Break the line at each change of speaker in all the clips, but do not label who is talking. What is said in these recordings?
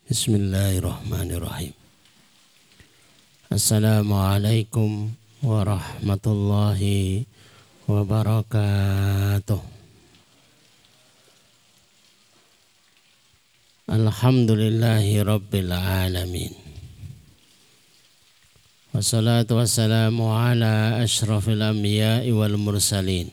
Bismillahirrahmanirrahim. Assalamualaikum warahmatullahi wabarakatuh. Alhamdulillahi rabbil alamin. Wassalatu wassalamu ala ashrafil anbiya'i wal mursalin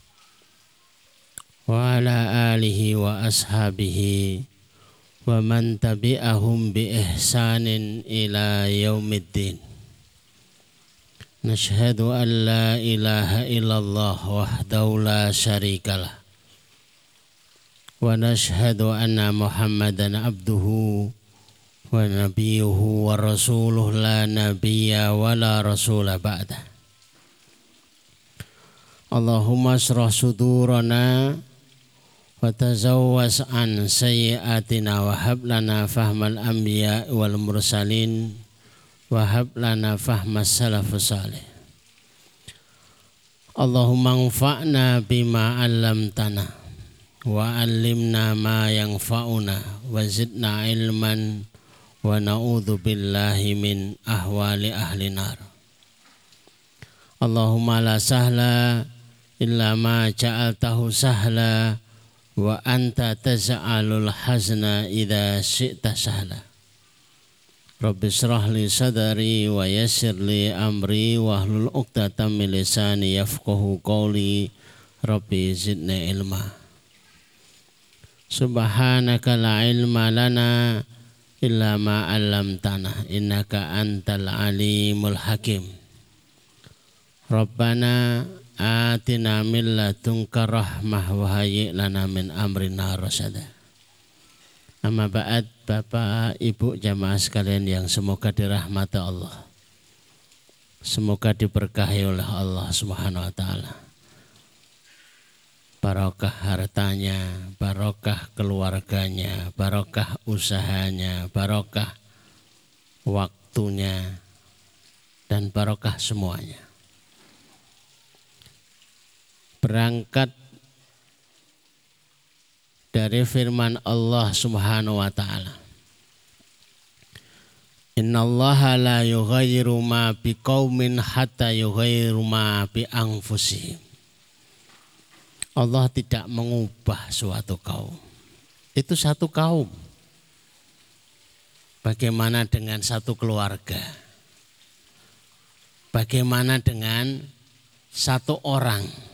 wa ala alihi wa ashabihi wa man tabi'ahum bi ihsanin ila yaumiddin. Nashhadu an la ilaha illallah wahdahu la syarikalah wa nashhadu anna Muhammadan abduhu wa nabiyuhu wa rasuluh la nabiyya wa la rasula ba'dah. Allahumma ashrah sudurana wa tazawwas an sayyiatina wa hab lana fahmal anbiya wal mursalin wa hab lana fahmas salafus salih. Allahumma anfa'na bima 'allamtana wa 'allimna ma yanfa'una wa zidna ilman wa na'udzu billahi min ahwali ahli nar. Allahumma la sahla illa ma ja'altahu sahla wa anta taj'alul hazna idza syi'ta sahla. Rabbi shrah li sadri wa yassir li amri wa hlul 'uqdatam min lisani yafqahu qawli. Rabbi zidni ilma. Subhanaka la ilma lana illa ma 'allamtana innaka antal alimul hakim. Rabbana atina min ladunka rahmah wa hayyi' lana min amrina rasyada. Amma ba'd, Bapak Ibu jamaah sekalian yang semoga dirahmati Allah, semoga diberkahi oleh Allah Subhanahu wa taala. Barokah hartanya, barokah keluarganya, barokah usahanya, barokah waktunya, dan barokah semuanya. Berangkat dari firman Allah Subhanahu wa taala, innallaha la yughayyiru ma biqaumin hatta yughayyiru ma bi anfusihim. Allah tidak mengubah suatu kaum. Itu satu kaum. Bagaimana dengan satu keluarga? Bagaimana dengan satu orang?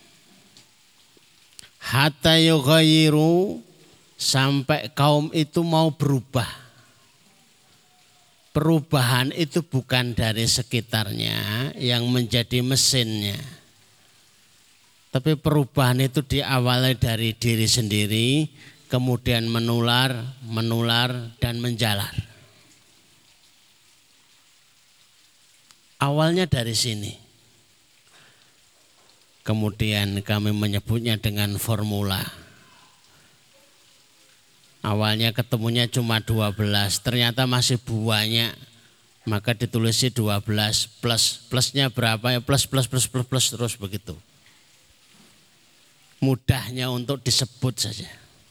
Hatta yughayyiru, sampai kaum itu mau berubah. Perubahan itu bukan dari sekitarnya yang menjadi mesinnya. Tapi perubahan itu diawali dari diri sendiri, kemudian menular dan menjalar. Awalnya dari sini. Kemudian kami menyebutnya dengan formula. Awalnya ketemunya cuma 12, ternyata masih banyak. Maka ditulisnya 12 plus. Plusnya berapa ya? Plus terus begitu. Mudahnya untuk disebut saja.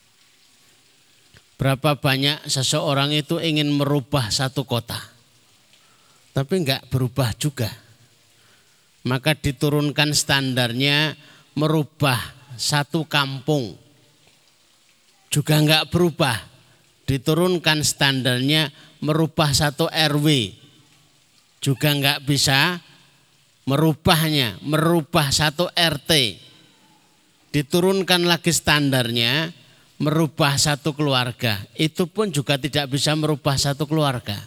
Berapa banyak seseorang itu ingin merubah satu kota, tapi enggak berubah juga. Maka diturunkan standarnya merubah satu kampung, juga enggak berubah. Diturunkan standarnya merubah satu RW, juga enggak bisa merubahnya. Merubah satu RT, diturunkan lagi standarnya merubah satu keluarga, itu pun juga tidak bisa merubah satu keluarga.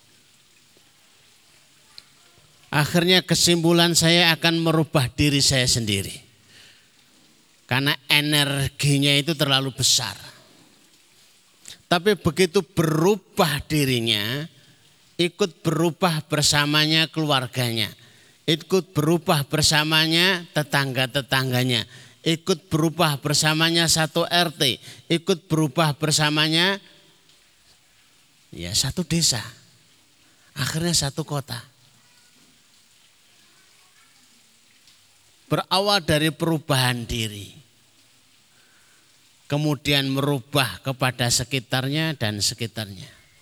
Akhirnya kesimpulan saya akan merubah diri saya sendiri. Karena energinya itu terlalu besar. Tapi begitu berubah dirinya, ikut berubah bersamanya keluarganya. Ikut berubah bersamanya tetangga-tetangganya. Ikut berubah bersamanya satu RT. Ikut berubah bersamanya ya satu desa. Akhirnya satu kota. Berawal dari perubahan diri. kemudian merubah kepada sekitarnya dan sekitarnya.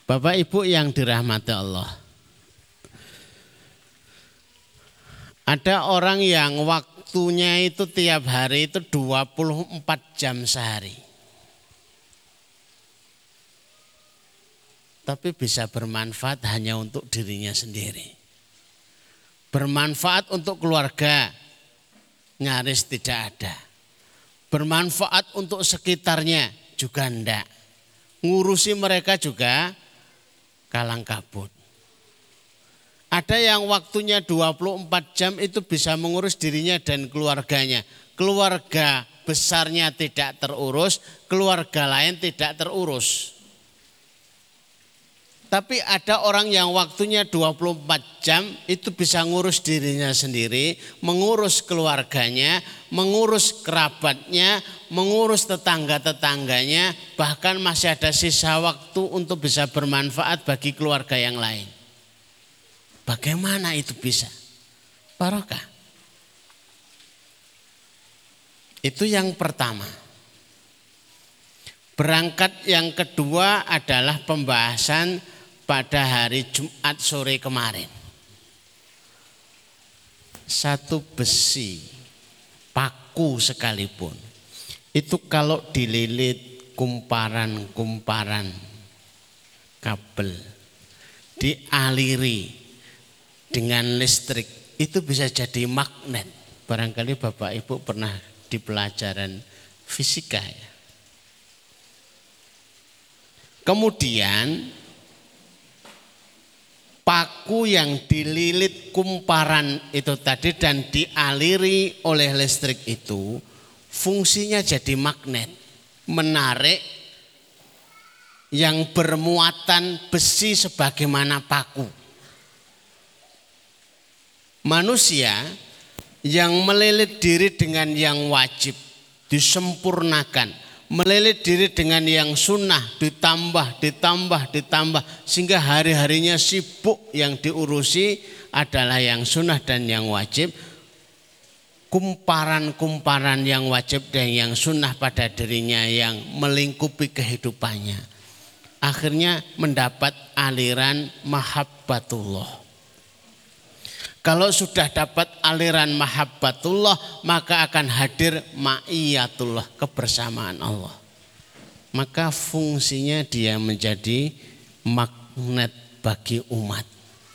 Bapak Ibu yang dirahmati Allah. Ada orang yang waktunya itu tiap hari itu 24 jam sehari. Tapi bisa bermanfaat hanya untuk dirinya sendiri. Bermanfaat untuk keluarga, nyaris tidak ada. Bermanfaat untuk sekitarnya juga enggak. Ngurusi mereka juga kalang kabut. Ada yang waktunya 24 jam itu bisa mengurus dirinya dan keluarganya. Keluarga besarnya tidak terurus, keluarga lain tidak terurus. Tapi ada orang yang waktunya 24 jam itu bisa ngurus dirinya sendiri, mengurus keluarganya, mengurus kerabatnya, mengurus tetangga-tetangganya, bahkan masih ada sisa waktu untuk bisa bermanfaat bagi keluarga yang lain. Bagaimana itu bisa? Barokah. Itu yang pertama. Berangkat yang kedua adalah pembahasan pada hari Jumat sore kemarin. Satu besi, paku sekalipun, itu kalau dililit kumparan-kumparan kabel, dialiri dengan listrik, itu bisa jadi magnet. Barangkali Bapak Ibu pernah di pelajaran fisika ya. Kemudian paku yang dililit kumparan itu tadi dan dialiri oleh listrik itu fungsinya jadi magnet, menarik yang bermuatan besi sebagaimana paku. Manusia yang melilit diri dengan yang wajib disempurnakan, melilit diri dengan yang sunnah ditambah sehingga hari-harinya sibuk, yang diurusi adalah yang sunnah dan yang wajib. Kumparan-kumparan yang wajib dan yang sunnah pada dirinya yang melingkupi kehidupannya, akhirnya mendapat aliran mahabbatullah. Kalau sudah dapat aliran mahabbatullah, maka akan hadir ma'iyatullah, kebersamaan Allah. Maka fungsinya dia menjadi magnet bagi umat.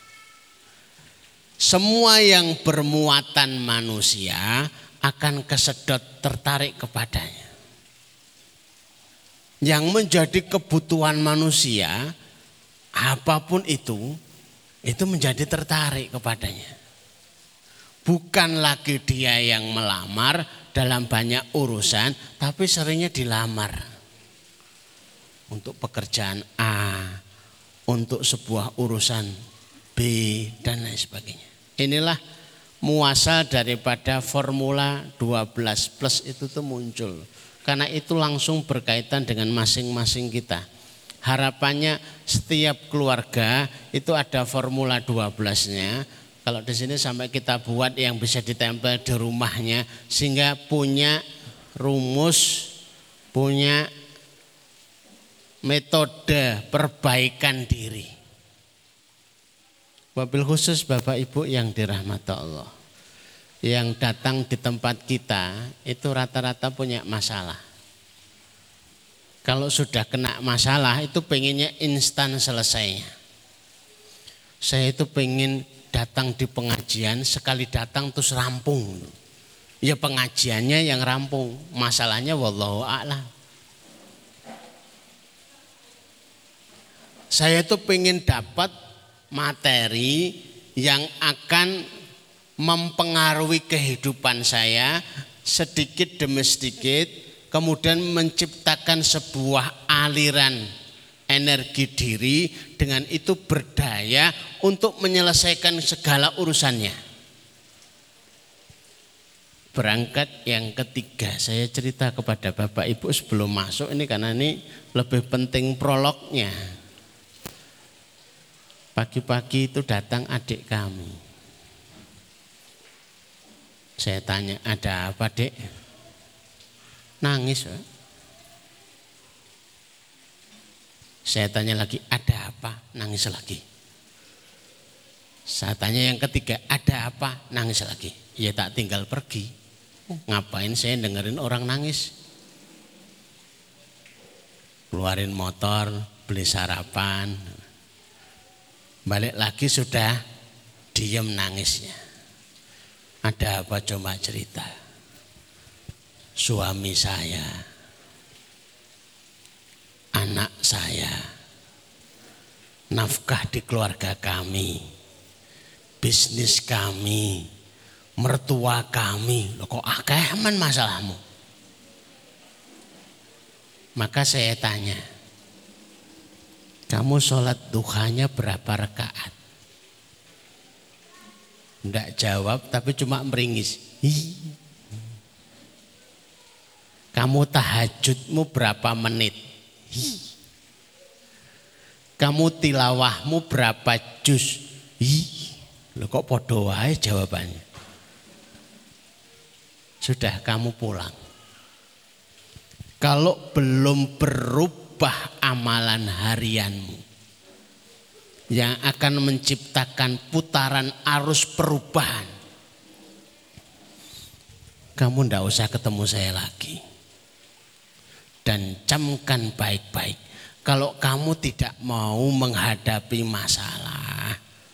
Semua yang bermuatan manusia akan kesedot tertarik kepadanya. Yang menjadi kebutuhan manusia, apapun itu menjadi tertarik kepadanya. Bukan lagi dia yang melamar dalam banyak urusan, tapi seringnya dilamar. Untuk pekerjaan A, untuk sebuah urusan B, dan lain sebagainya. Inilah muasal daripada formula 12+ itu tuh muncul. Karena itu langsung berkaitan dengan masing-masing kita. Harapannya setiap keluarga itu ada formula 12-nya. Kalau di sini sampai kita buat yang bisa ditempel di rumahnya, sehingga punya rumus, punya metode perbaikan diri. Wabil khusus Bapak Ibu yang dirahmati Allah, yang datang di tempat kita itu rata-rata punya masalah. Kalau sudah kena masalah itu pengennya instan selesainya. Saya itu pengen datang di pengajian, sekali datang terus rampung. Ya pengajiannya yang rampung, masalahnya wallahu a'lam. Saya itu pengen dapat materi yang akan mempengaruhi kehidupan saya sedikit demi sedikit, kemudian menciptakan sebuah aliran energi diri, dengan itu berdaya untuk menyelesaikan segala urusannya. Berangkat yang ketiga, saya cerita kepada Bapak Ibu sebelum masuk ini karena ini lebih penting prolognya. Pagi-pagi itu datang adik kami. Saya tanya, ada apa dek? Nangis. Saya tanya lagi, ada apa? Nangis lagi. Saya tanya yang ketiga, ada apa? Nangis lagi. Ya tak tinggal pergi. Ngapain saya dengerin orang nangis? Keluarin motor, beli sarapan. Balik lagi sudah diem nangisnya. Ada apa coba cerita? Suami saya, anak saya, nafkah di keluarga kami, bisnis kami, mertua kami. Loh kok akeman masalahmu? Maka saya tanya, kamu sholat duhanya berapa rakaat? Enggak jawab tapi cuma meringis. Kamu tahajudmu berapa menit? Kamu tilawahmu berapa juz? Loh kok podo wae jawabannya. Sudah kamu pulang. Kalau belum berubah amalan harianmu yang akan menciptakan putaran arus perubahan, kamu ndak usah ketemu saya lagi. Dan camkan baik-baik, kalau kamu tidak mau menghadapi masalah,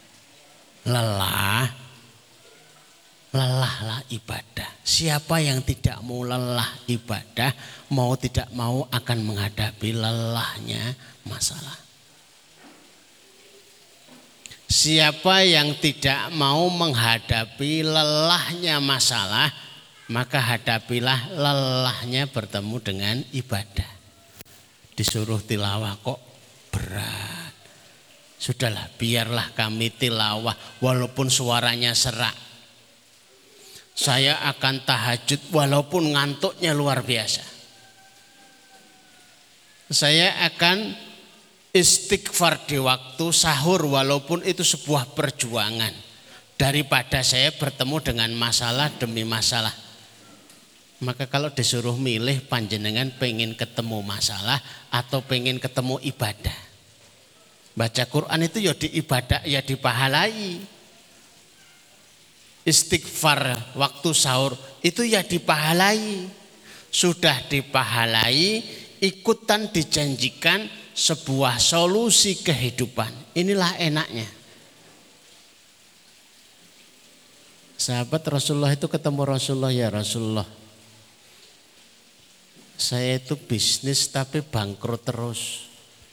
lelahlah ibadah. Siapa yang tidak mau lelah ibadah, mau tidak mau akan menghadapi lelahnya masalah. Siapa yang tidak mau menghadapi lelahnya masalah, maka hadapilah lelahnya bertemu dengan ibadah. Disuruh tilawah kok berat. Sudahlah, biarlah kami tilawah walaupun suaranya serak. Saya akan tahajud walaupun ngantuknya luar biasa. Saya akan istighfar di waktu sahur walaupun itu sebuah perjuangan. Daripada saya bertemu dengan masalah demi masalah. Maka kalau disuruh milih, panjenengan pengen ketemu masalah atau pengen ketemu ibadah? Baca Quran itu ya di ibadah, ya dipahalai. Istighfar waktu sahur itu ya dipahalai. Sudah dipahalai, ikutan dijanjikan sebuah solusi kehidupan. Inilah enaknya. Sahabat Rasulullah itu ketemu Rasulullah, ya Rasulullah, saya itu bisnis tapi bangkrut terus.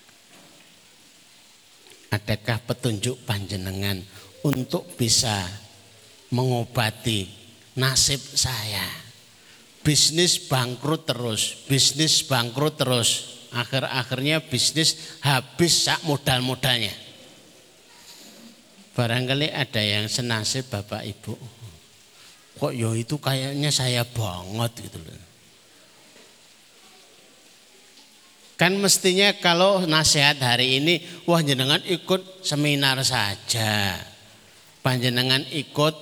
Adakah petunjuk panjenengan untuk bisa mengobati nasib saya? Bisnis bangkrut terus, bisnis bangkrut terus. Akhir-akhirnya bisnis habis sak modal-modalnya. Barangkali ada yang senasib Bapak Ibu. Kok yo itu kayaknya saya banget gitu loh. Kan mestinya kalau nasihat hari ini, wah jenengan ikut seminar saja. Panjenengan ikut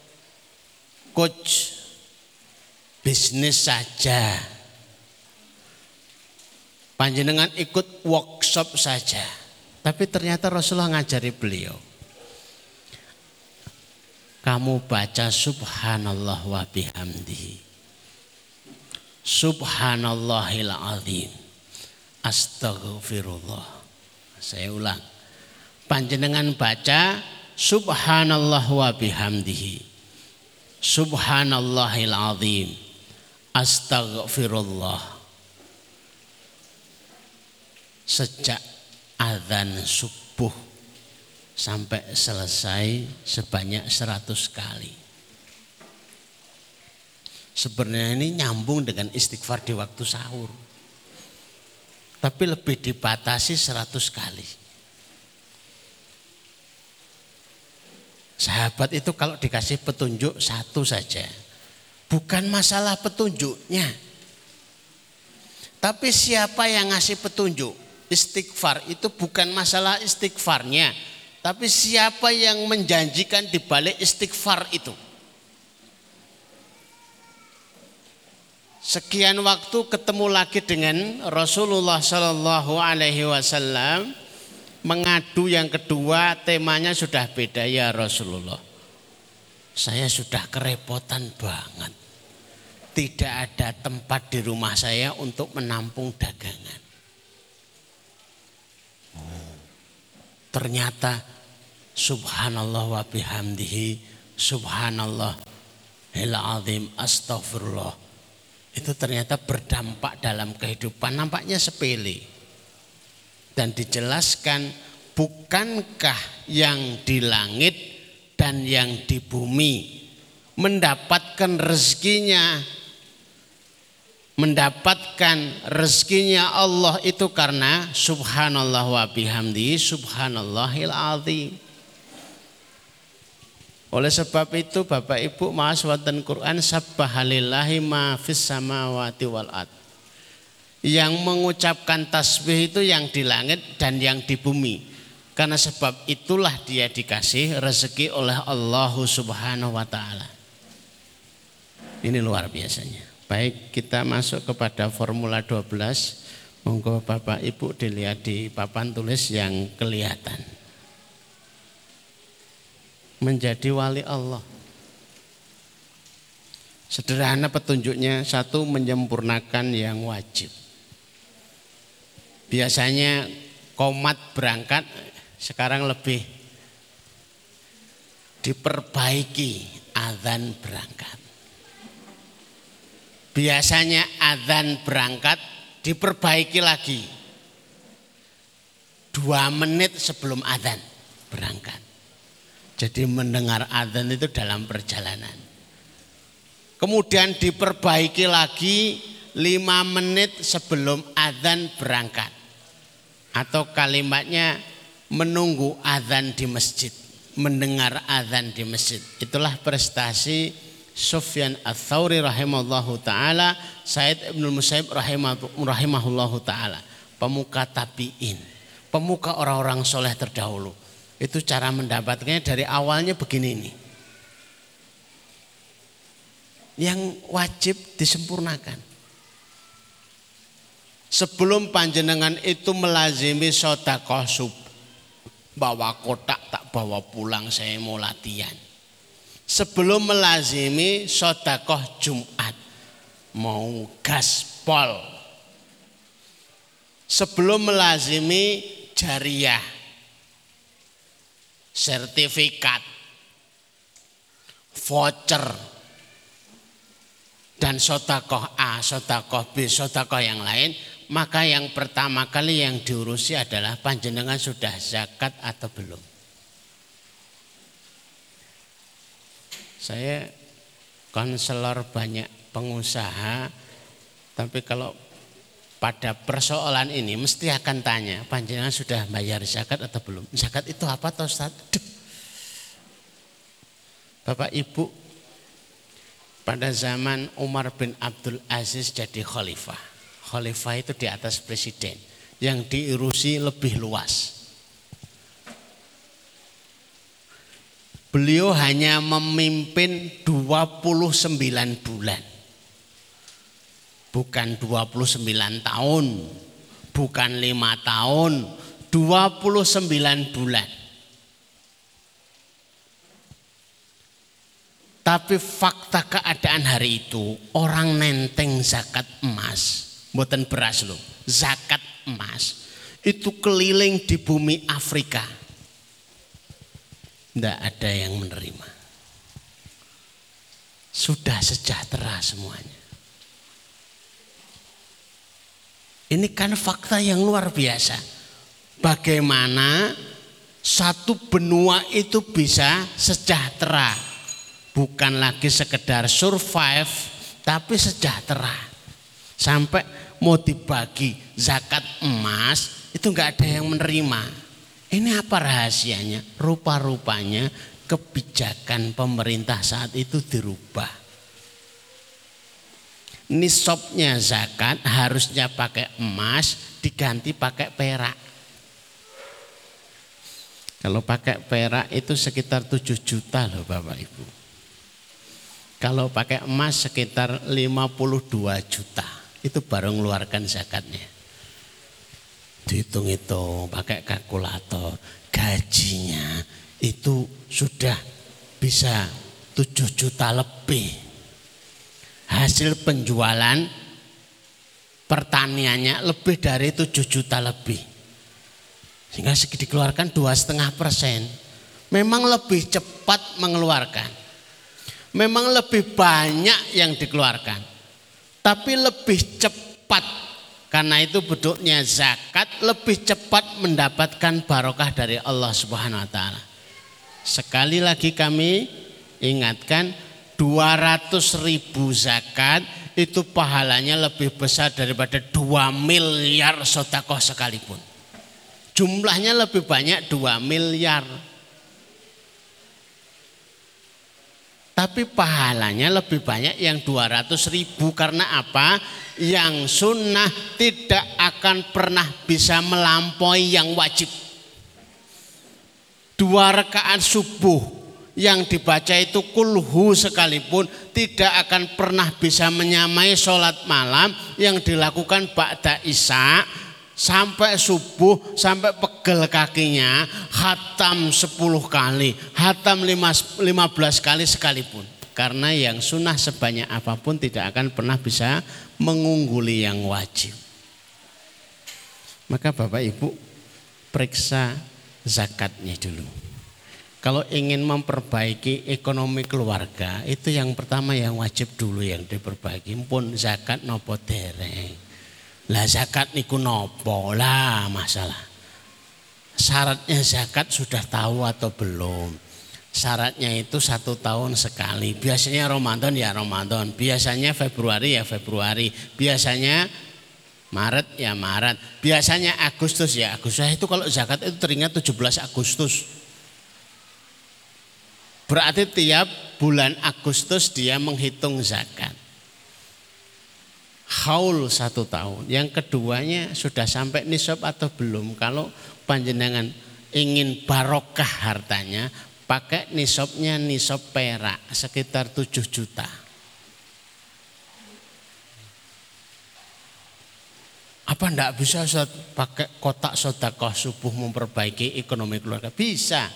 coach bisnis saja. Panjenengan ikut workshop saja. Tapi ternyata Rasulullah ngajari beliau. Kamu baca subhanallah wa bihamdihi. Subhanallahil azim. Astaghfirullah. Saya ulang. Panjenengan baca subhanallah wa bihamdihi. Subhanallahil azim. Astaghfirullah. Sejak azan subuh sampai selesai sebanyak 100 kali. Sebenarnya ini nyambung dengan istighfar di waktu sahur. Tapi lebih dibatasi 100 kali. Sahabat itu kalau dikasih petunjuk satu saja. Bukan masalah petunjuknya. Tapi siapa yang ngasih petunjuk? Istighfar itu bukan masalah istighfarnya. Tapi siapa yang menjanjikan di balik istighfar itu? Sekian waktu ketemu lagi dengan Rasulullah Shallallahu Alaihi Wasallam, mengadu yang kedua, temanya sudah beda. Ya Rasulullah, saya sudah kerepotan banget, tidak ada tempat di rumah saya untuk menampung dagangan. Ternyata subhanallah wa bihamdihi subhanallahil azim astaghfirullah, itu ternyata berdampak dalam kehidupan. Nampaknya sepele. Dan dijelaskan, bukankah yang di langit dan yang di bumi mendapatkan rezekinya Allah itu karena subhanallah wa bihamdihi subhanallahil azim. Oleh sebab itu Bapak Ibu mahasiswatan Quran, sabbahalillahi ma fis samawati wal ard. Yang mengucapkan tasbih itu yang di langit dan yang di bumi. Karena sebab itulah dia dikasih rezeki oleh Allah Subhanahu wa taala. Ini luar biasanya. Baik, kita masuk kepada formula 12. Monggo Bapak Ibu dilihat di papan tulis yang kelihatan. Menjadi wali Allah. Sederhana petunjuknya, satu, menyempurnakan yang wajib. Biasanya qomat berangkat, sekarang lebih diperbaiki azan berangkat. Biasanya azan berangkat diperbaiki lagi 2 menit sebelum azan berangkat. Jadi mendengar adzan itu dalam perjalanan. Kemudian diperbaiki lagi 5 menit sebelum adzan berangkat. Atau kalimatnya menunggu adzan di masjid, mendengar adzan di masjid. Itulah prestasi Sufyan Ats-Tsauri rahimahullahu taala, Sa'id Ibnul Musayyib rahimahullahu taala, pemuka tabi'in, pemuka orang-orang soleh terdahulu. Itu cara mendapatkannya dari awalnya begini nih. Yang wajib disempurnakan. Sebelum panjenengan itu melazimi sedekah subuh, bawa kotak tak bawa pulang, saya mau latihan. Sebelum melazimi sedekah Jumat, mau gaspol. Sebelum melazimi jariyah, sertifikat, voucher, dan sedekah A, sedekah B, sedekah yang lain, maka yang pertama kali yang diurusi adalah panjenengan sudah zakat atau belum. Saya konselor banyak pengusaha, tapi kalau pada persoalan ini mesti akan tanya, panjenengan sudah bayar zakat atau belum? Zakat itu apa toh Ustaz? Bapak Ibu, pada zaman Umar bin Abdul Aziz jadi khalifah. Khalifah itu di atas presiden, yang diurusi lebih luas. Beliau hanya memimpin 29 bulan. Bukan 29 tahun, bukan 5 tahun, 29 bulan. Tapi fakta keadaan hari itu, orang nenteng zakat emas, mboten beras loh, zakat emas itu keliling di bumi Afrika. Tidak ada yang menerima. Sudah sejahtera semuanya. Ini kan fakta yang luar biasa. Bagaimana satu benua itu bisa sejahtera. Bukan lagi sekedar survive, tapi sejahtera. Sampai mau dibagi zakat emas, itu enggak ada yang menerima. Ini apa rahasianya? Rupa-rupanya kebijakan pemerintah saat itu dirubah. Nisabnya zakat harusnya pakai emas, diganti pakai perak. Kalau pakai perak itu sekitar 7 juta loh Bapak Ibu. Kalau pakai emas sekitar 52 juta. Itu baru mengeluarkan zakatnya. Dihitung-hitung pakai kalkulator. Gajinya itu sudah bisa 7 juta lebih. Hasil penjualan pertaniannya lebih dari 7 juta lebih. Sehingga dikeluarkan 2,5%. Memang lebih cepat mengeluarkan. Memang lebih banyak yang dikeluarkan, tapi lebih cepat. Karena itu bentuknya zakat, lebih cepat mendapatkan barokah dari Allah Subhanahu wa taala. Sekali lagi kami ingatkan, 200.000 zakat itu pahalanya lebih besar daripada 2 miliar sedekah sekalipun. Jumlahnya lebih banyak 2 miliar. Tapi pahalanya lebih banyak yang 200.000. Karena apa? Yang sunnah tidak akan pernah bisa melampaui yang wajib. 2 rakaat subuh yang dibaca itu kulhu sekalipun tidak akan pernah bisa menyamai sholat malam yang dilakukan ba'da isya sampai subuh, sampai pegel kakinya, hatam 10 kali, hatam 15 kali sekalipun. Karena yang sunnah sebanyak apapun tidak akan pernah bisa mengungguli yang wajib. Maka Bapak Ibu periksa zakatnya dulu. Kalau ingin memperbaiki ekonomi keluarga, itu yang pertama yang wajib dulu yang diperbaiki. Pun zakat nopo dereng. Lah zakat niku nopo lah masalah. Syaratnya zakat sudah tahu atau belum? Syaratnya itu 1 tahun sekali. Biasanya Ramadan ya Ramadan, biasanya Februari ya Februari, biasanya Maret ya Maret, biasanya Agustus ya Agustus. Itu kalau zakat itu teringat 17 Agustus. Berarti tiap bulan Agustus dia menghitung zakat. Haul 1 tahun. Yang keduanya sudah sampai nisab atau belum. Kalau panjenengan ingin barokah hartanya, pakai nisabnya nisab perak sekitar 7 juta. Apa enggak bisa pakai kotak sedekah subuh memperbaiki ekonomi keluarga? Bisa.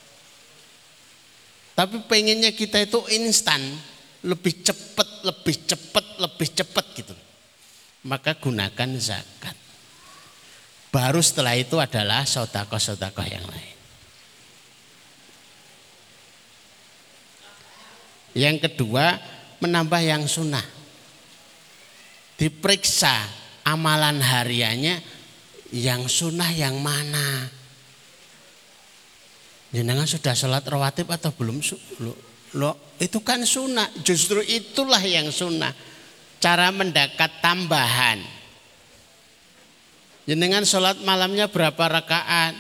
Tapi pengennya kita itu instan. Lebih cepat gitu. Maka gunakan zakat. Baru setelah itu adalah sedekah-sedekah yang lain. Yang kedua, menambah yang sunnah. Diperiksa amalan hariannya yang sunnah yang mana. Jenengan sudah sholat rawatib atau belum? Loh, itu kan sunnah. Justru itulah yang sunnah. Cara mendapat tambahan. Jenengan sholat malamnya berapa rakaat?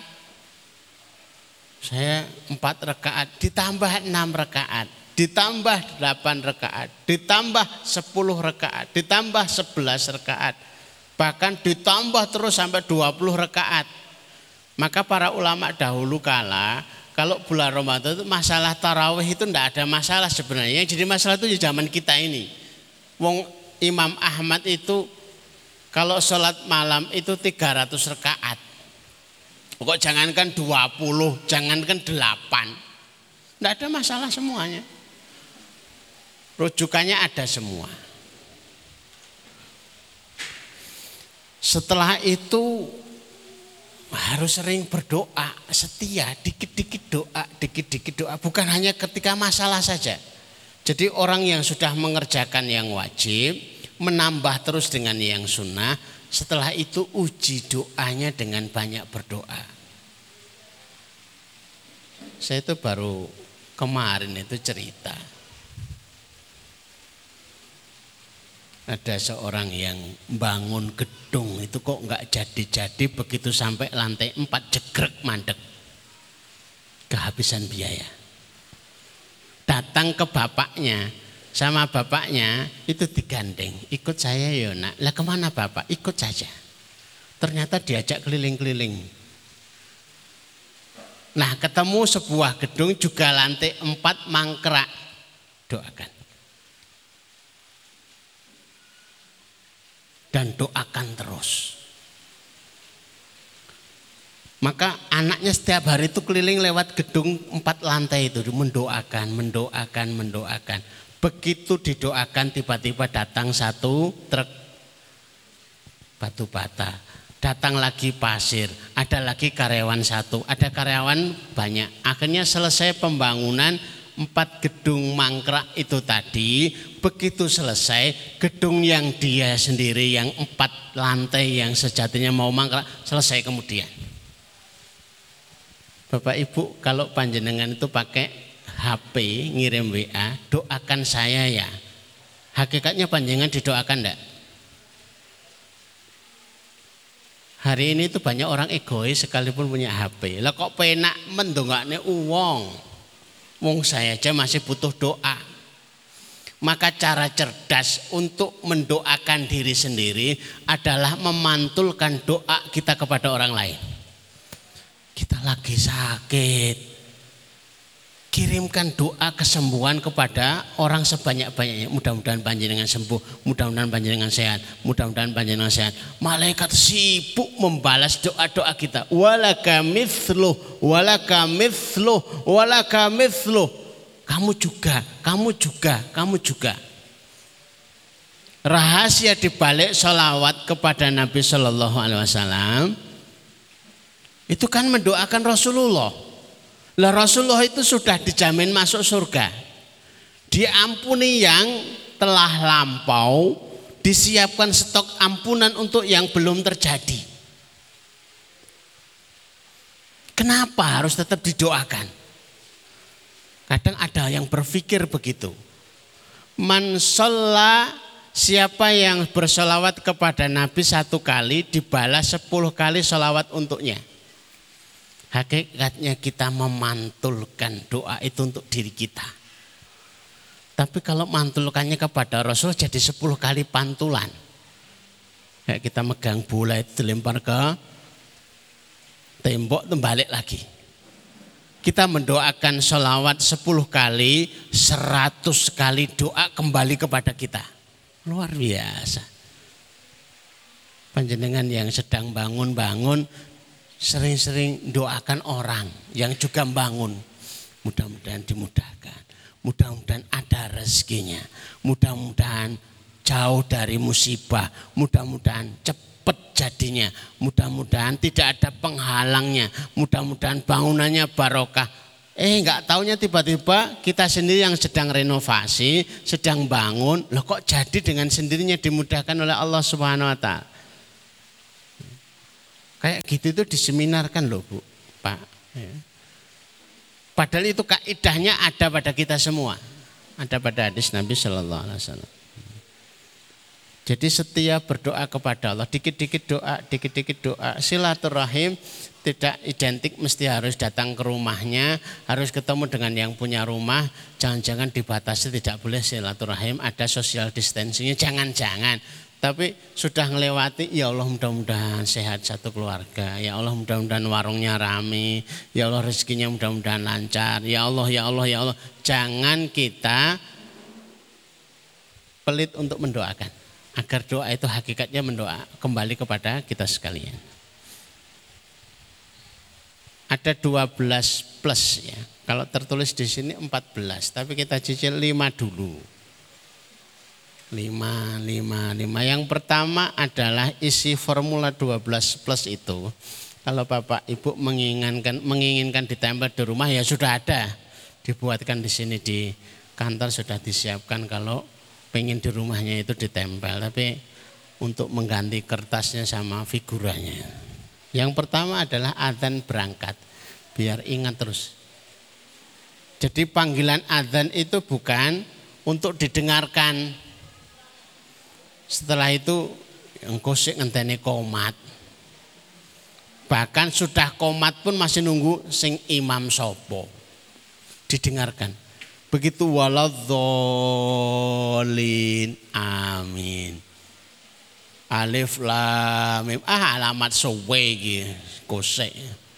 Saya 4 rakaat. Ditambah 6 rakaat. Ditambah 8 rakaat. Ditambah 10 rakaat. Ditambah 11 rakaat. Bahkan ditambah terus sampai 20 rakaat. Maka para ulama dahulu kala, kalau bulan Ramadan itu masalah tarawih itu tidak ada masalah sebenarnya. Jadi masalah itu di zaman kita ini. Wong Imam Ahmad itu kalau sholat malam itu 300 rakaat. Pokok jangankan 20, jangankan 8. Tidak ada masalah semuanya. Rujukannya ada semua. Setelah itu harus sering berdoa, setia, dikit-dikit doa, bukan hanya ketika masalah saja. Jadi orang yang sudah mengerjakan yang wajib, menambah terus dengan yang sunnah, setelah itu uji doanya dengan banyak berdoa. Saya itu baru kemarin itu cerita. Ada seorang yang bangun gedung itu kok enggak jadi-jadi, begitu sampai lantai 4 jegrek mandek. Kehabisan biaya. Datang ke bapaknya, sama bapaknya itu digandeng. Ikut saya ya nak. Lah kemana bapak? Ikut saja. Ternyata diajak keliling-keliling. Nah ketemu sebuah gedung juga lantai 4 mangkrak. Doakan. dan doakan terus. Maka anaknya setiap hari itu keliling lewat gedung 4 lantai itu mendoakan. Begitu didoakan tiba-tiba datang satu truk batu bata. Datang lagi pasir, ada lagi karyawan satu, ada karyawan banyak. Akhirnya selesai pembangunan 4 gedung mangkrak itu tadi. Begitu selesai, gedung yang dia sendiri yang 4 lantai yang sejatinya mau mangkrak selesai kemudian. Bapak Ibu, kalau panjenengan itu pakai HP ngirim WA, doakan saya ya. Hakikatnya panjenengan didoakan enggak? Hari ini itu banyak orang egois sekalipun punya HP. Lah kok penak mendongakne uang. Wong saya aja masih butuh doa. Maka cara cerdas untuk mendoakan diri sendiri adalah memantulkan doa kita kepada orang lain. Kita lagi sakit, kirimkan doa kesembuhan kepada orang sebanyak-banyaknya. Mudah-mudahan panjenengan sembuh, mudah-mudahan panjenengan sehat, mudah-mudahan panjenengan sehat. Malaikat sibuk membalas doa-doa kita. Walaka mithluh, walaka mithluh, walaka mithluh. Kamu juga, kamu juga, kamu juga. Rahasia dibalik sholawat kepada Nabi Shallallahu Alaihi Wasallam itu kan mendoakan Rasulullah. Lah Rasulullah itu sudah dijamin masuk surga. Diampuni yang telah lampau, disiapkan stok ampunan untuk yang belum terjadi. Kenapa harus tetap didoakan? Kadang ada yang berpikir begitu. Man sholla, siapa yang bersolawat kepada Nabi 1 kali dibalas 10 kali solawat untuknya. Hakikatnya kita memantulkan doa itu untuk diri kita. Tapi kalau mantulkannya kepada Rasul jadi 10 kali pantulan. Kayak kita megang bola itu dilempar ke tembok itu balik lagi. Kita mendoakan sholawat 10 kali, 100 kali doa kembali kepada kita. Luar biasa. Panjenengan yang sedang bangun-bangun, sering-sering doakan orang yang juga bangun. Mudah-mudahan dimudahkan. Mudah-mudahan ada rezekinya. Mudah-mudahan jauh dari musibah. Mudah-mudahan cepat jadinya. Mudah-mudahan tidak ada penghalangnya. Mudah-mudahan bangunannya barokah. Enggak taunya tiba-tiba kita sendiri yang sedang renovasi, sedang bangun. Loh kok jadi dengan sendirinya dimudahkan oleh Allah Subhanahu wa Ta'ala. Kayak gitu itu diseminarkan loh Bu, Pak. Padahal itu kaidahnya ada pada kita semua. Ada pada hadis Nabi Sallallahu Alaihi Wasallam. Jadi setiap berdoa kepada Allah, dikit-dikit doa, silaturahim tidak identik mesti harus datang ke rumahnya, harus ketemu dengan yang punya rumah. Jangan-jangan dibatasi tidak boleh silaturahim, ada social distancingnya, jangan-jangan. Tapi sudah melewati, ya Allah mudah-mudahan sehat satu keluarga. Ya Allah mudah-mudahan warungnya rame. Ya Allah rezekinya mudah-mudahan lancar. Ya Allah, ya Allah, ya Allah. Jangan kita pelit untuk mendoakan. Agar doa itu hakikatnya mendoa kembali kepada kita sekalian. Ada 12 plus ya. Kalau tertulis di sini 14. Tapi kita cicil 5 dulu. 5. Yang pertama adalah isi formula 12 plus itu. Kalau Bapak Ibu menginginkan ditempel di rumah ya sudah ada. Dibuatkan di sini di kantor sudah disiapkan kalau pengen di rumahnya itu ditempel. Tapi untuk mengganti kertasnya sama figurannya. Yang pertama adalah adzan berangkat. Biar ingat terus. Jadi panggilan adzan itu bukan untuk didengarkan. Setelah itu engko sik ngenteni qomat. Bahkan sudah qomat pun masih nunggu sing imam sopo. Didengarkan. Begitu waladzolin amin. Alif lam mim. Alamat suwe iki kosek.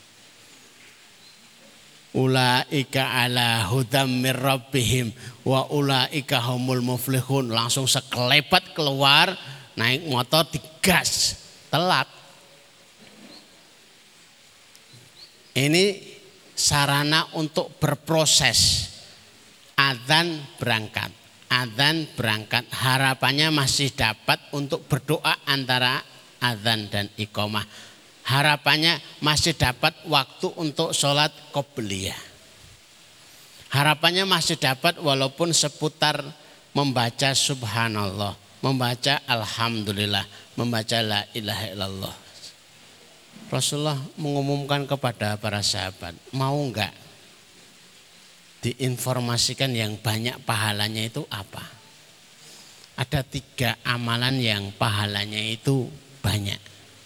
Ulaika ala hudam mir rabbihim wa ulaika humul muflihun. Langsung sekelebat keluar naik motor digas, telat. Ini sarana untuk berproses. Adzan berangkat. Adzan berangkat, harapannya masih dapat untuk berdoa antara adzan dan iqamah. Harapannya masih dapat waktu untuk sholat qobliyah. Harapannya masih dapat walaupun seputar membaca subhanallah, membaca alhamdulillah, membaca la ilaha illallah. Rasulullah mengumumkan kepada para sahabat, mau enggak diinformasikan yang banyak pahalanya itu apa? Ada 3 amalan yang pahalanya itu banyak.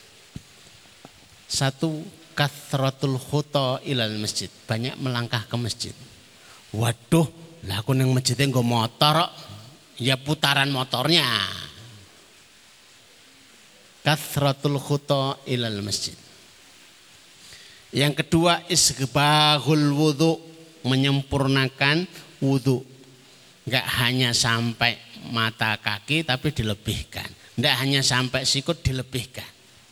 1, kathratul khuta ilal masjid, banyak melangkah ke masjid. Waduh, lah aku nang masjidnya nggo motor, ya putaran motornya. Kathratul khuta ilal masjid. Yang kedua, isghbahul wudu, menyempurnakan wudu. Enggak hanya sampai mata kaki tapi dilebihkan. Enggak hanya sampai sikut, dilebihkan.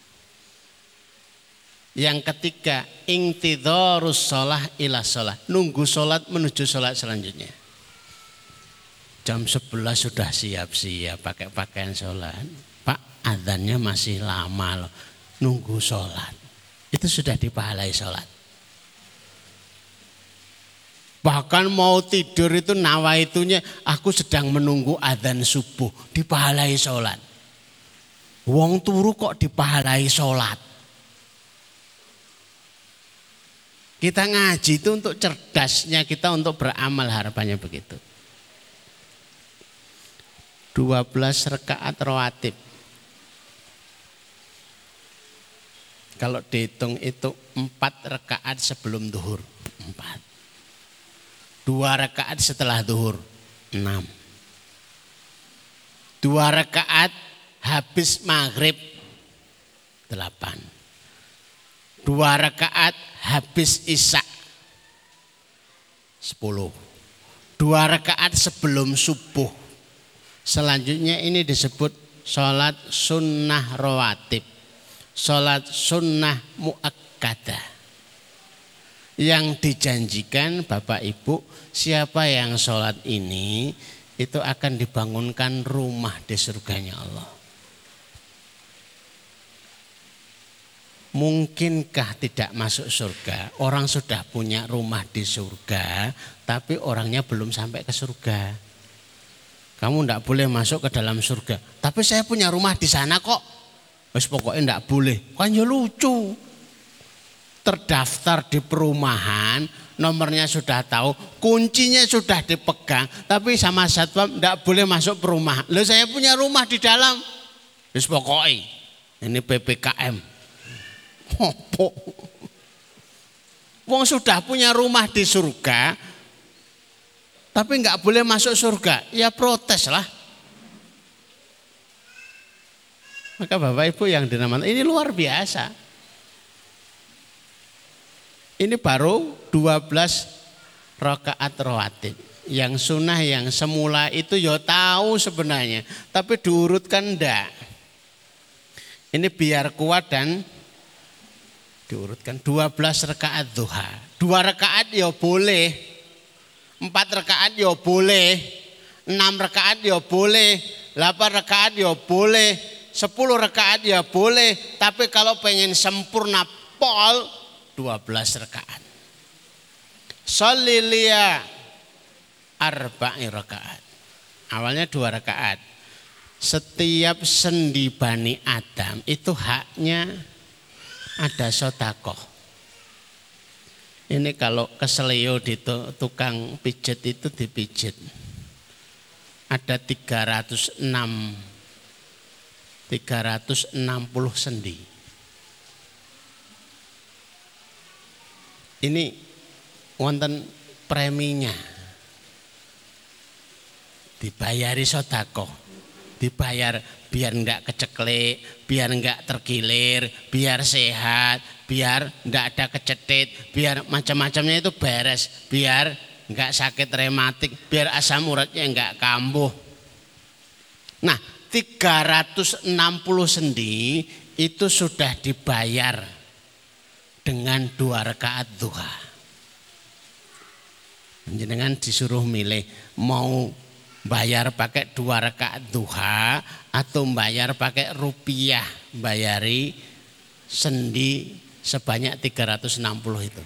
Yang ketiga, intidharus shalah ila shalah, nunggu sholat menuju sholat selanjutnya. Jam 11 sudah siap-siap pakai pakaian sholat. Pak, adzannya masih lama loh, nunggu sholat. Itu sudah dipahalai sholat. Bahkan mau tidur itu nawaitunya, aku sedang menunggu adzan subuh, dipahalai sholat. Wong turu kok dipahalai sholat. Kita ngaji itu untuk cerdasnya kita untuk beramal, harapannya begitu. 12 rakaat rawatib. Kalau dihitung itu 4 rakaat sebelum duhur, 4. 2 rakaat setelah duhur, 6. 2 rakaat habis maghrib, 8. 2 rakaat habis isya, 10. 2 rakaat sebelum subuh. Selanjutnya ini disebut sholat sunnah rawatib, sholat sunnah muakkadah. Yang dijanjikan Bapak Ibu, siapa yang sholat ini itu akan dibangunkan rumah di surganya Allah. Mungkinkah tidak masuk surga? Orang sudah punya rumah di surga, tapi orangnya belum sampai ke surga. Kamu tidak boleh masuk ke dalam surga. Tapi saya punya rumah di sana kok. Wes pokoknya tidak boleh. Kan ya lucu. Terdaftar di perumahan, nomornya sudah tahu, kuncinya sudah dipegang, tapi sama satpam tidak boleh masuk perumahan. Loh, saya punya rumah di dalam. Wes pokoknya ini PPKM. Opo. Wong sudah punya rumah di surga, tapi nggak boleh masuk surga, ya protes lah. Maka Bapak Ibu yang dinamakan ini luar biasa. Ini baru 12 rakaat rawatib. Yang sunnah yang semula itu ya tahu sebenarnya, tapi diurutkan enggak. Ini biar kuat dan diurutkan. 12 rakaat duha, 2 rakaat ya boleh, 4 rakaat ya boleh, 6 rakaat ya boleh, 8 rakaat ya boleh, 10 rakaat ya boleh. Tapi kalau pengen sempurna pol, 12 rakaat. Sholli liya arba'i rakaat. Awalnya 2 rakaat. Setiap sendi Bani Adam itu haknya ada sedekah. Ini kalau keselio di tukang pijat itu dipijit. Ada 360 sendi. Ini wonten preminya. Dibayari sedekah. Dibayar biar enggak keceklek, biar enggak terkilir, biar sehat, biar enggak ada kecetit, biar macam-macamnya itu beres, biar enggak sakit rematik, biar asam uratnya enggak kambuh. Nah, 360 sendi itu sudah dibayar dengan 2 rakaat duha. Jenengan disuruh milih mau bayar pakai 2 rakaat duha atau bayar pakai rupiah, bayari sendi sebanyak 360 itu.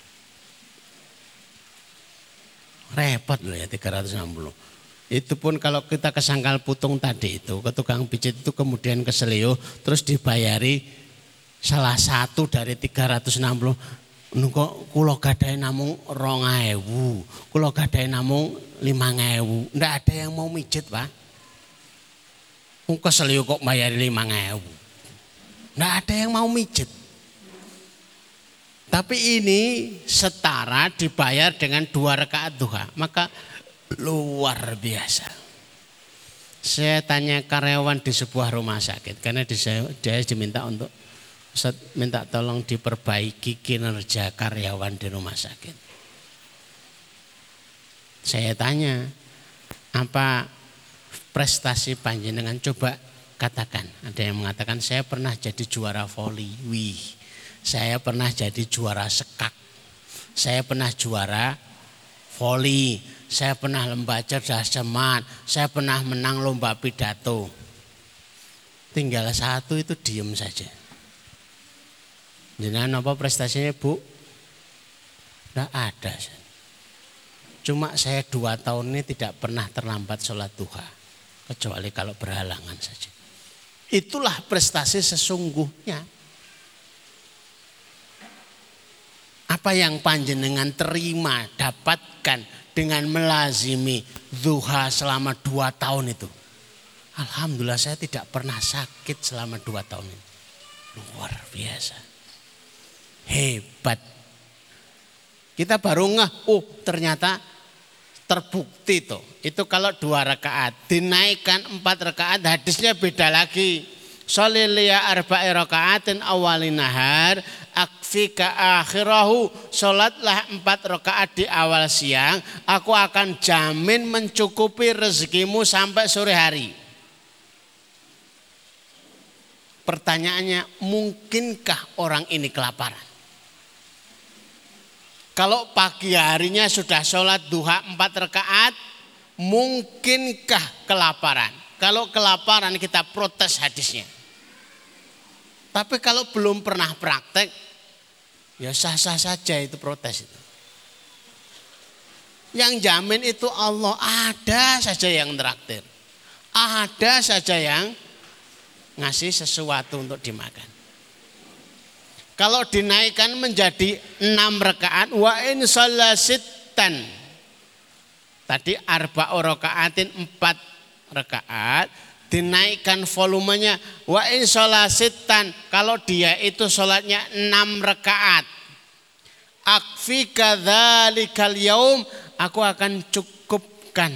Repot loh ya 360. Itu pun kalau kita ke sangkal putung tadi itu, ke tukang pijit itu kemudian ke Seleo terus dibayari salah satu dari 360. Kok kula gadahi namung 2.000, kula gadahi namung 5.000. Ndak ada yang mau mijet, Pak. Wong Seleo kok bayari 5.000. Ndak ada yang mau mijet. Tapi ini setara dibayar dengan 2 rakaat duha, maka luar biasa. Saya tanya karyawan di sebuah rumah sakit karena dia diminta untuk Ustaz minta tolong diperbaiki kinerja karyawan di rumah sakit. Saya tanya, apa prestasi panjenengan? Coba katakan. Ada yang mengatakan saya pernah jadi juara voli. Wih, saya pernah jadi juara sekak. Saya pernah juara voli. Saya pernah lomba cerdas cermat. Saya pernah menang lomba pidato. Tinggal satu itu diem saja. Jenengan apa prestasinya, Bu? Tidak ada. Cuma saya 2 tahun ini tidak pernah terlambat sholat duha. Kecuali kalau berhalangan saja. Itulah prestasi sesungguhnya. Apa yang panjenengan terima, dapatkan dengan melazimi duha selama 2 tahun itu. Alhamdulillah saya tidak pernah sakit selama 2 tahun ini. Luar biasa. Hebat. Kita baru ngeh, oh ternyata terbukti tuh. Itu kalau 2 rakaat, dinaikkan 4 rakaat, hadisnya beda lagi. Sholiliya arba'i rakaatin awalin nahar, akfika akhirahu. Sholatlah 4 rakaat di awal siang, aku akan jamin mencukupi rezekimu sampai sore hari. Pertanyaannya, mungkinkah orang ini kelaparan? Kalau pagi harinya sudah sholat duha 4 rakaat, mungkinkah kelaparan? Kalau kelaparan kita protes hadisnya. Tapi kalau belum pernah praktek, ya sah-sah saja itu protes itu. Yang jamin itu Allah, ada saja yang traktir. Ada saja yang ngasih sesuatu untuk dimakan. Kalau dinaikkan menjadi 6 rakaat, wa in shollasittan. Tadi arba'u rakaatin 4 rakaat, dinaikkan volumenya wa in shollasittan. Kalau dia itu sholatnya 6 rakaat. Akfika dzalikal yaum, aku akan cukupkan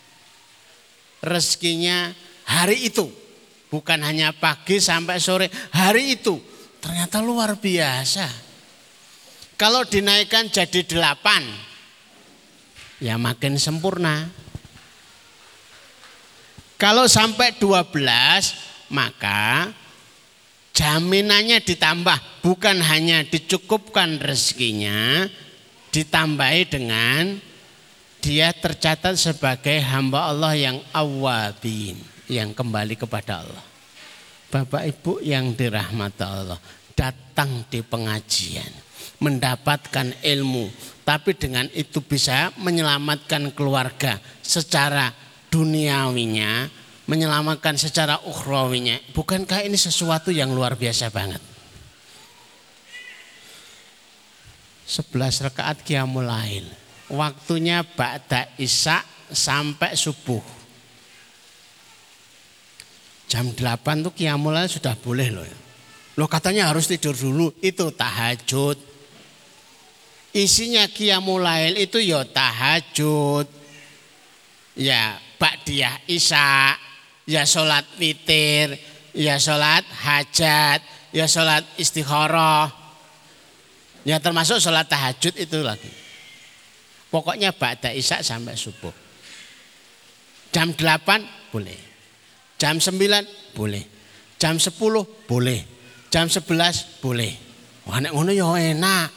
rezekinya hari itu. Bukan hanya pagi sampai sore, hari itu. Ternyata luar biasa. Kalau dinaikkan jadi 8, ya makin sempurna. Kalau sampai 12, maka jaminannya ditambah. Bukan hanya dicukupkan rezekinya, ditambahi dengan dia tercatat sebagai hamba Allah yang awwabin, yang kembali kepada Allah. Bapak Ibu yang dirahmati Allah, datang di pengajian, mendapatkan ilmu, tapi dengan itu bisa menyelamatkan keluarga secara duniawinya, menyelamatkan secara ukhrawinya. Bukankah ini sesuatu yang luar biasa banget? 11 rakaat qiyamul lail, waktunya ba'da isya sampai subuh. Jam 8 tuh qiyamul lail sudah boleh loh. Loh katanya harus tidur dulu, itu tahajud. Isinya qiyamul lail itu ya tahajud. Ya ba'diyah isya, ya sholat witir, ya sholat hajat, ya sholat istikharah. Ya termasuk sholat tahajud itu lagi. Pokoknya ba'da isya sampai subuh. Jam 8 boleh. Jam 9 boleh. Jam 10 boleh. Jam 11 boleh. Wah nek ngono ya enak.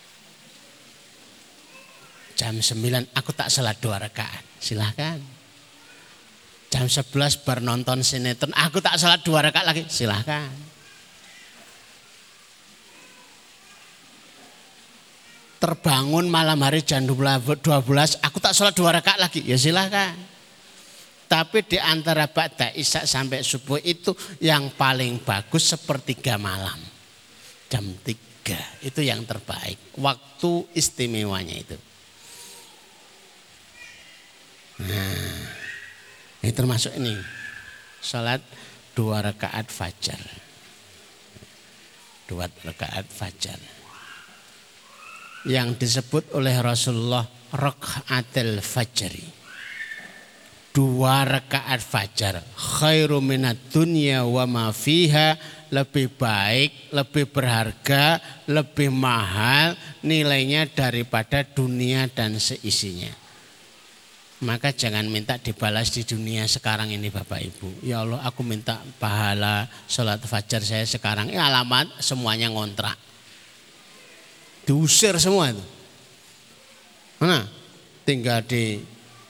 Jam 9 aku tak salat 2 rakaat. Silahkan. Jam 11 bar nonton sinetron aku tak salat 2 rakaat lagi. Silahkan. Terbangun malam hari jam 12 aku tak salat 2 rakaat lagi. Ya silahkan. Tapi di antara ba'da isya sampai subuh itu yang paling bagus sepertiga malam. Jam 3 itu yang terbaik. Waktu istimewanya itu. Nah, ini termasuk ini. Salat 2 rakaat fajar. 2 rakaat fajar. Yang disebut oleh Rasulullah rakaatul fajri. 2 rakaat fajar khairu minad dunya wa ma fiha, lebih baik, lebih berharga, lebih mahal nilainya daripada dunia dan seisinya. Maka jangan minta dibalas di dunia sekarang ini Bapak Ibu. Ya Allah aku minta pahala sholat fajar saya sekarang. Alamat semuanya ngontrak. Diusir semua itu. Mana? Tinggal di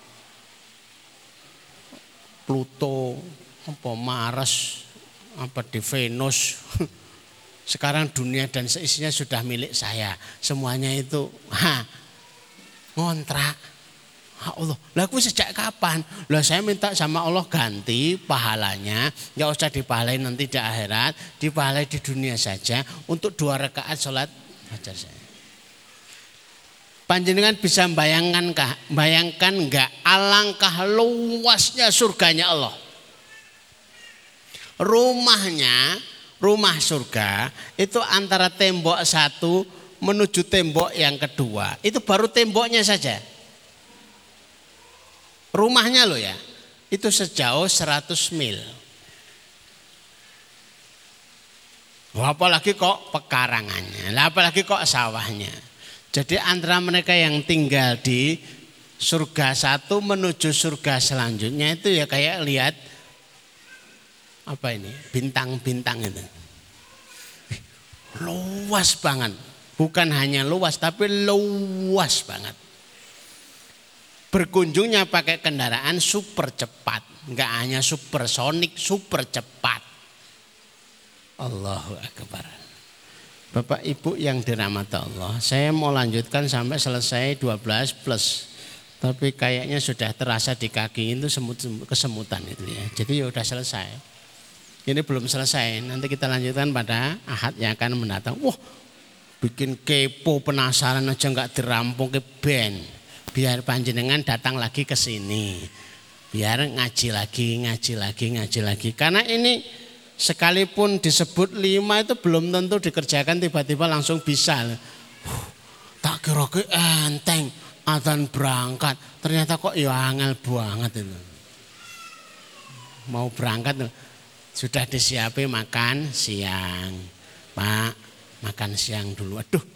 Pluto, apa Mars, apa di Venus. Sekarang dunia dan seisinya sudah milik saya. Semuanya itu ngontrak. Allah, lah aku sejak kapan? Lah saya minta sama Allah ganti pahalanya, enggak usah dipahalai nanti di akhirat, dipahalai di dunia saja untuk 2 rakaat sholat fajar saya. Panjenengan bisa bayangkan enggak alangkah luasnya surganya Allah. Rumah surga itu antara tembok satu menuju tembok yang kedua. Itu baru temboknya saja. Rumahnya loh ya, itu sejauh 100 mil. Apalagi kok pekarangannya, apalagi kok sawahnya. Jadi antara mereka yang tinggal di surga satu menuju surga selanjutnya itu ya kayak lihat apa ini, bintang-bintang itu. Luas banget, bukan hanya luas tapi luas banget. Berkunjungnya pakai kendaraan super cepat, enggak hanya supersonik, super cepat. Allahu Akbar. Bapak Ibu yang dirahmati Allah, saya mau lanjutkan sampai selesai 12 plus. Tapi kayaknya sudah terasa di kaki itu kesemutan itu ya. Jadi ya udah selesai. Ini belum selesai, nanti kita lanjutkan pada Ahad yang akan mendatang. Wah, bikin kepo penasaran aja enggak dirampung ke ben. Biar panjenengan datang lagi ke sini. Biar ngaji lagi. Karena ini sekalipun disebut 5 itu belum tentu dikerjakan tiba-tiba langsung bisa. Tak kira-kira enteng adzan berangkat. Ternyata kok ya angel banget itu. Mau berangkat sudah disiapin makan siang. Pak, makan siang dulu. Aduh.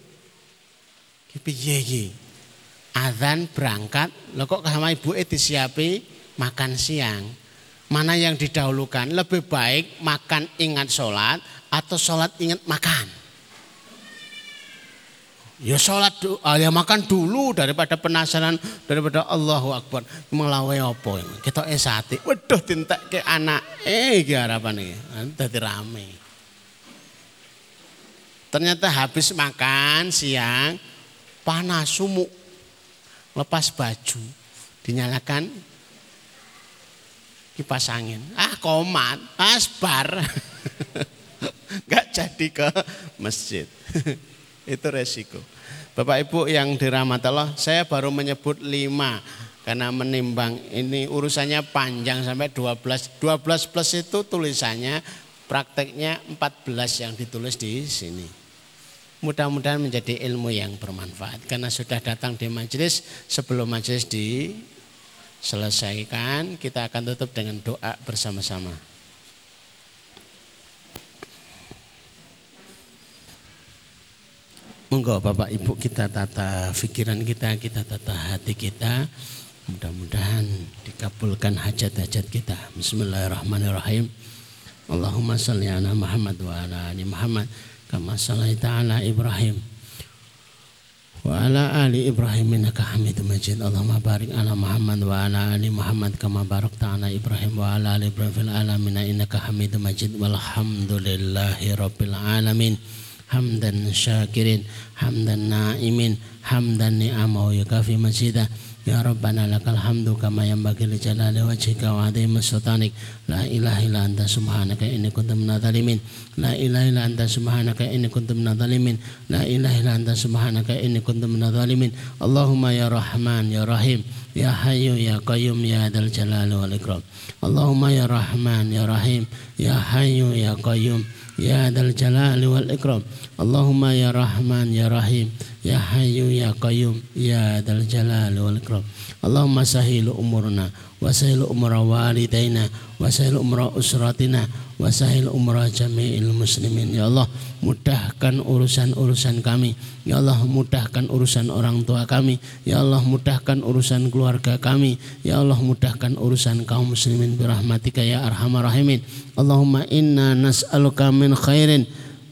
Piye adzan berangkat, lo kok sama ibu disiapi makan siang. Mana yang didahulukan? Lebih baik makan ingat sholat atau sholat ingat makan? Ya sholat, ya makan dulu daripada penasaran, daripada Allahu Akbar. Melawe apa? Kita sate. Waduh tintek ke anak. Iki harapan iki. Dadi rame. Ternyata habis makan siang panas sumuk. Lepas baju, dinyalakan kipas angin. Komat, asbar. Gak jadi ke masjid. Itu resiko. Bapak Ibu yang dirahmati Allah, saya baru menyebut 5 karena menimbang ini urusannya panjang sampai 12. 12 plus itu tulisannya, prakteknya 14 yang ditulis di sini. Mudah-mudahan menjadi ilmu yang bermanfaat karena sudah datang di majelis. Sebelum majelis diselesaikan, kita akan tutup dengan doa bersama-sama. Monggo Bapak Ibu kita tata pikiran kita tata hati kita. Mudah-mudahan dikabulkan hajat-hajat kita. Bismillahirrahmanirrahim. Allahumma salli ala Muhammad wa ala ali Muhammad kama shallaita ala Ibrahim wa ala ali Ibrahim innaka Hamidum Majid. Allahumma barik ala Muhammad wa ala ali Muhammad kama barakta ala Ibrahim wa ala ali Ibrahim fil alamin innaka Hamidum Majid. Walhamdulillahi rabbil alamin. Hamdan syakirin, hamdan na'imin, hamdan ni'amahu yukafi majidah. Ya Rabbana lakal hamdu kama yanbaghi li jalali wajhika wa 'azimi sultanik. La ilaha illa anta subhanaka inni kuntu minadh dhalimin. La ilaha illa anta subhanaka inni kuntu minadh dhalimin. La ilaha illa anta subhanaka inni kuntu minadh dhalimin. Allahumma ya Rahman ya Rahim ya Hayyu ya Qayyum ya dzal jalali wal ikram. Allahumma ya Rahman ya Rahim ya Hayyu ya Qayyum ya dzal jalali wal ikram. Allahumma ya Rahman ya Rahim ya Hayyu ya Qayyum ya dzal jalali wal ikram. Allahumma sahhil umurna wa sahhil umra walidaina wa sahhil umra usratina wa sahhil umra jami'il muslimin. Ya Allah, mudahkan urusan-urusan kami. Ya Allah, mudahkan urusan orang tua kami. Ya Allah, mudahkan urusan keluarga kami. Ya Allah, mudahkan urusan kaum muslimin bi rahmatika ya arhamar rahimin. Allahumma inna nas'aluka min khairin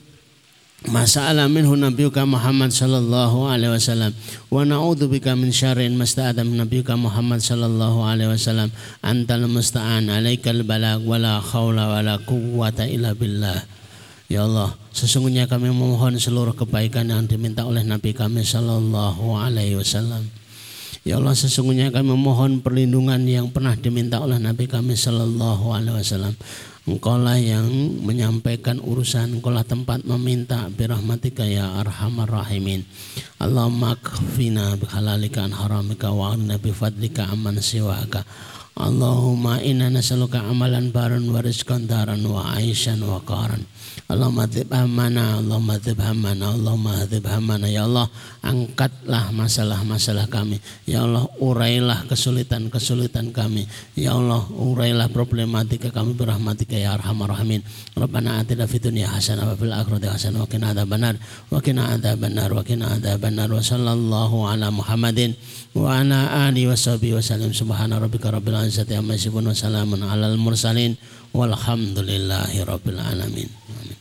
masa'ala minhu nabiyuka Muhammad sallallahu alaihi wasallam wa na'udzubika min syarrin masta'adha min nabiyuka Muhammad sallallahu alaihi wasallam. Antal musta'an, alaikal balag, wala khawla wala quwwata illa billah. Ya Allah, sesungguhnya kami memohon seluruh kebaikan yang diminta oleh Nabi kami sallallahu alaihi wasallam. Ya Allah, sesungguhnya kami memohon perlindungan yang pernah diminta oleh Nabi kami sallallahu alaihi wasallam. Engkaulah yang menyampaikan urusan, engkaulah tempat meminta birahmatika ya arhamar rahimin. Allahumma kfina bihalalika an haramika wa aghnina bifadlika amman siwaka. Allahumma inna nas'aluka amalan baran wa rizqan daran wa aishan wa qaran. Allahumma dzib hamana, Allahumma dzib hamana, Allahumma dzib hamana. Ya Allah, angkatlah masalah-masalah kami. Ya Allah, urailah kesulitan-kesulitan kami. Ya Allah, urailah problematika kami birahmatika ya arhamar rahimin. Rabbana atina fid dunya hasanah wa fil akhirati hasanah wa qina adzabannar wa qina adzabannar wa qina adzabannar. Wa sallallahu ala Muhammadin wa ala alihi washabihi wasallam. Subhana rabbika rabbil izzati amma yasifun wa salamun alal mursalin walhamdulillahi rabbil alamin. Amin.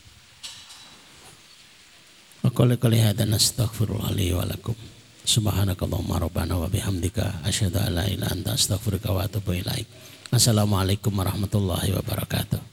Wa qali hadza nastaghfirullah li wa lakum. Subhanakallahumma rabbana wa bihamdika asyhadu an la ilaha illa anta astaghfiruka wa atubu ilaik. Assalamualaikum warahmatullahi wabarakatuh.